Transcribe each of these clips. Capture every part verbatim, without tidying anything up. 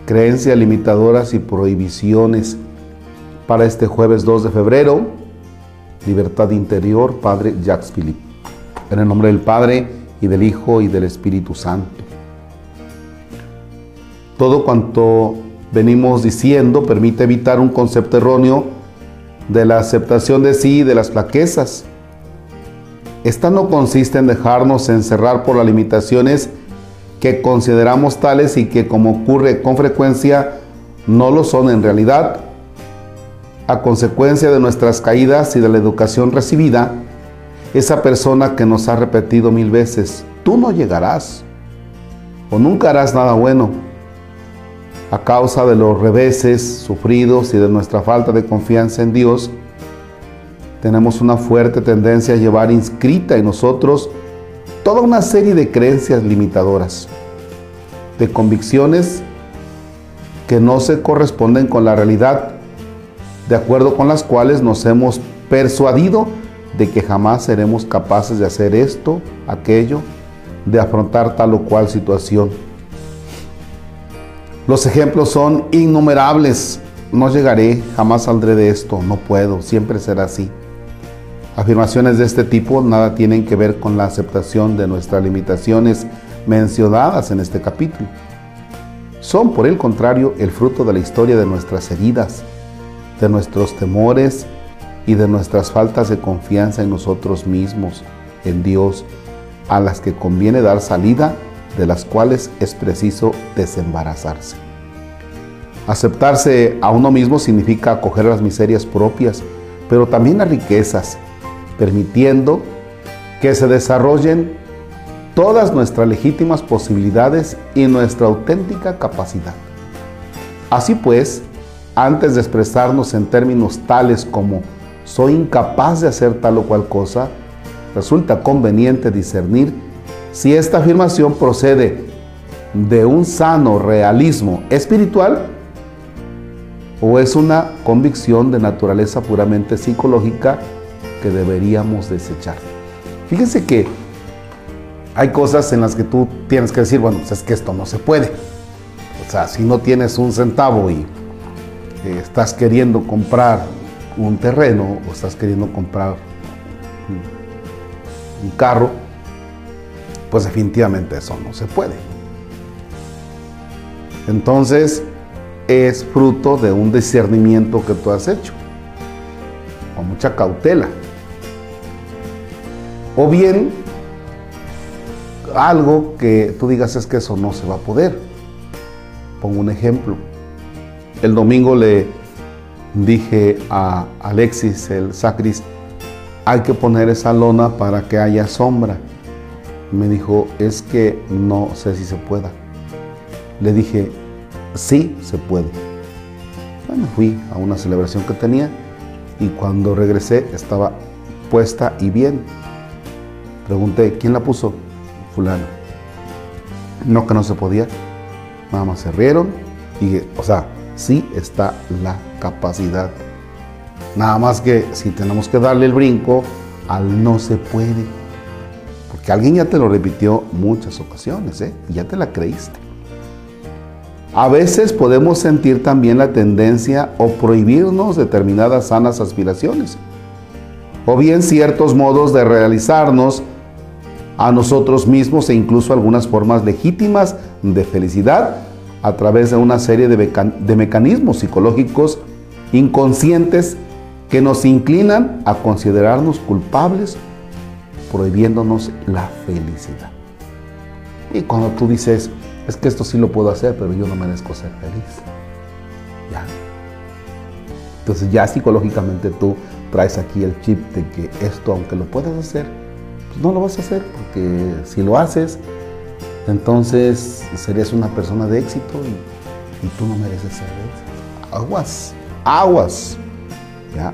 creencias limitadoras y prohibiciones para este jueves dos de febrero. Libertad interior, Padre Jacques Philippe. En el nombre del Padre, y del Hijo, y del Espíritu Santo. Todo cuanto venimos diciendo permite evitar un concepto erróneo de la aceptación de sí y de las flaquezas. Esta no consiste en dejarnos encerrar por las limitaciones que consideramos tales y que, como ocurre con frecuencia, no lo son en realidad. A consecuencia de nuestras caídas y de la educación recibida, esa persona que nos ha repetido mil veces, tú no llegarás o nunca harás nada bueno, a causa de los reveses sufridos y de nuestra falta de confianza en Dios, tenemos una fuerte tendencia a llevar inscrita en nosotros toda una serie de creencias limitadoras, de convicciones que no se corresponden con la realidad, de acuerdo con las cuales nos hemos persuadido de que jamás seremos capaces de hacer esto, aquello, de afrontar tal o cual situación. Los ejemplos son innumerables. No llegaré, jamás saldré de esto, no puedo, siempre será así. Afirmaciones de este tipo nada tienen que ver con la aceptación de nuestras limitaciones mencionadas en este capítulo. Son, por el contrario, el fruto de la historia de nuestras heridas, de nuestros temores y de nuestras faltas de confianza en nosotros mismos, en Dios, a las que conviene dar salida, de las cuales es preciso desembarazarse. Aceptarse a uno mismo significa acoger las miserias propias, pero también las riquezas, permitiendo que se desarrollen todas nuestras legítimas posibilidades y nuestra auténtica capacidad. Así pues, antes de expresarnos en términos tales como soy incapaz de hacer tal o cual cosa, resulta conveniente discernir si esta afirmación procede de un sano realismo espiritual o es una convicción de naturaleza puramente psicológica que deberíamos desechar. Fíjense que hay cosas en las que tú tienes que decir, bueno, pues es que esto no se puede. O sea, si no tienes un centavo y eh, estás queriendo comprar un terreno o estás queriendo comprar un, un carro, pues definitivamente eso no se puede. Entonces, es fruto de un discernimiento que tú has hecho, con mucha cautela. O bien, algo que tú digas es que eso no se va a poder. Pongo un ejemplo. El domingo le dije a Alexis, el sacris, hay que poner esa lona para que haya sombra. Me dijo, es que no sé si se pueda. Le dije, sí se puede. Bueno, fui a una celebración que tenía y cuando regresé estaba puesta y bien. Pregunté, ¿quién la puso? Fulano. No, que no se podía. Nada más se rieron y, o sea, sí está la capacidad. Nada más que si tenemos que darle el brinco al no se puede. Porque alguien ya te lo repitió muchas ocasiones, ¿eh? Y ya te la creíste. A veces podemos sentir también la tendencia o prohibirnos determinadas sanas aspiraciones, o bien ciertos modos de realizarnos a nosotros mismos e incluso algunas formas legítimas de felicidad a través de una serie de, mecan de mecanismos psicológicos inconscientes que nos inclinan a considerarnos culpables, prohibiéndonos la felicidad. Y cuando tú dices, es que esto sí lo puedo hacer, pero yo no merezco ser feliz. Ya. Entonces ya psicológicamente tú traes aquí el chip de que esto, aunque lo puedas hacer, pues no lo vas a hacer, porque si lo haces, entonces serías una persona de éxito y, y tú no mereces ser de éxito. Aguas, aguas. ¿Ya?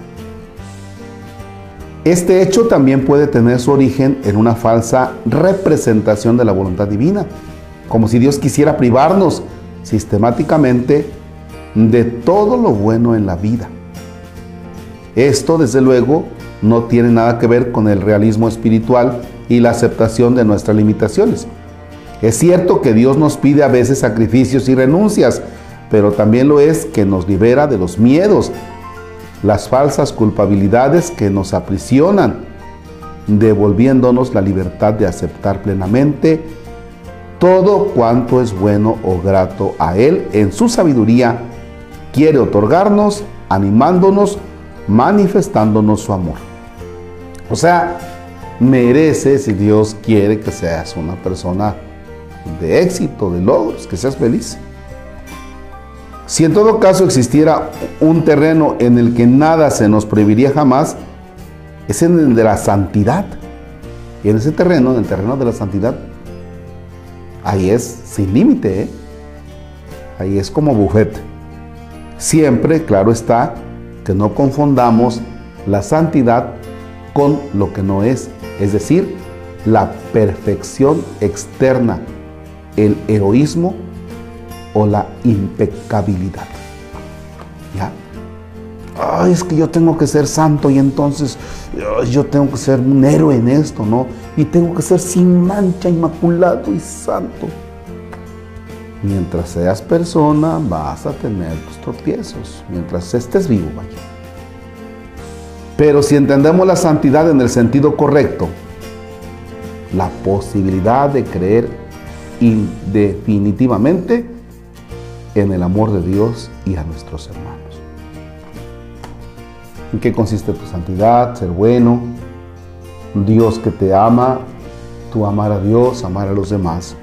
Este hecho también puede tener su origen en una falsa representación de la voluntad divina, como si Dios quisiera privarnos sistemáticamente de todo lo bueno en la vida. Esto, desde luego, no tiene nada que ver con el realismo espiritual y la aceptación de nuestras limitaciones. Es cierto que Dios nos pide a veces sacrificios y renuncias, pero también lo es que nos libera de los miedos, las falsas culpabilidades que nos aprisionan, devolviéndonos la libertad de aceptar plenamente todo cuanto es bueno o grato a Él en su sabiduría. Quiere otorgarnos, animándonos, manifestándonos su amor. O sea, mereces, si Dios quiere, que seas una persona de éxito, de logros, que seas feliz. Si en todo caso existiera un terreno en el que nada se nos prohibiría jamás, es en el de la santidad. Y en ese terreno, en el terreno de la santidad, ahí es sin límite, ¿eh? Ahí es como buffet. Siempre, claro está, que no confundamos la santidad con lo que no es, es decir, la perfección externa, el heroísmo o la impecabilidad. ¿Ya? Ay, es que yo tengo que ser santo y entonces ay, yo tengo que ser un héroe en esto, ¿no? Y tengo que ser sin mancha, inmaculado y santo. Mientras seas persona, vas a tener tus tropiezos, mientras estés vivo, vaya. Pero si entendemos la santidad en el sentido correcto, la posibilidad de creer indefinitivamente en el amor de Dios y a nuestros hermanos. ¿En qué consiste tu santidad? Ser bueno, Dios que te ama, tú amar a Dios, amar a los demás.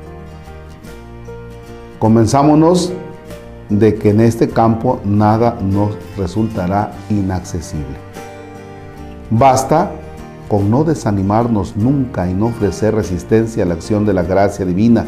Convenzámonos de que en este campo nada nos resultará inaccesible. Basta con no desanimarnos nunca y no ofrecer resistencia a la acción de la gracia divina,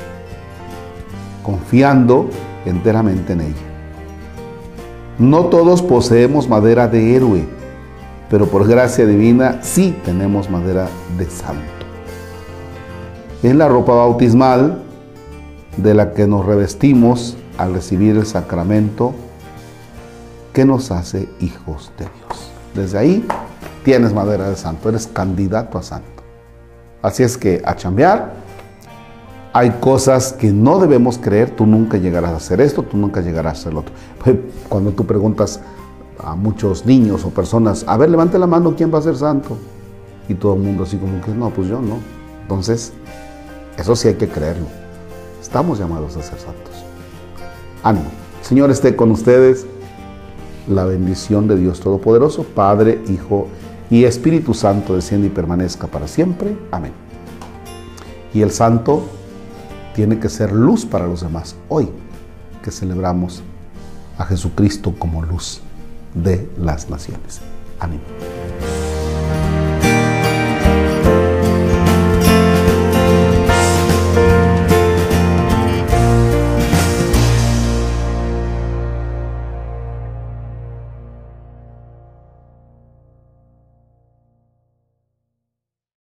confiando enteramente en ella. No todos poseemos madera de héroe, pero por gracia divina sí tenemos madera de santo. Es la ropa bautismal de la que nos revestimos al recibir el sacramento que nos hace hijos de Dios. Desde ahí tienes madera de santo, eres candidato a santo. Así es que a chambear. Hay cosas que no debemos creer, tú nunca llegarás a hacer esto, tú nunca llegarás a hacer lo otro. Cuando tú preguntas a muchos niños o personas, a ver, levante la mano, ¿quién va a ser santo? Y todo el mundo así como que, no, pues yo no. Entonces, eso sí hay que creerlo. Estamos llamados a ser santos. Ánimo. El Señor esté con ustedes. La bendición de Dios Todopoderoso, Padre, Hijo y Espíritu Santo, desciende y permanezca para siempre. Amén. Y el santo tiene que ser luz para los demás. Hoy que celebramos a Jesucristo como luz de las naciones. Ánimo.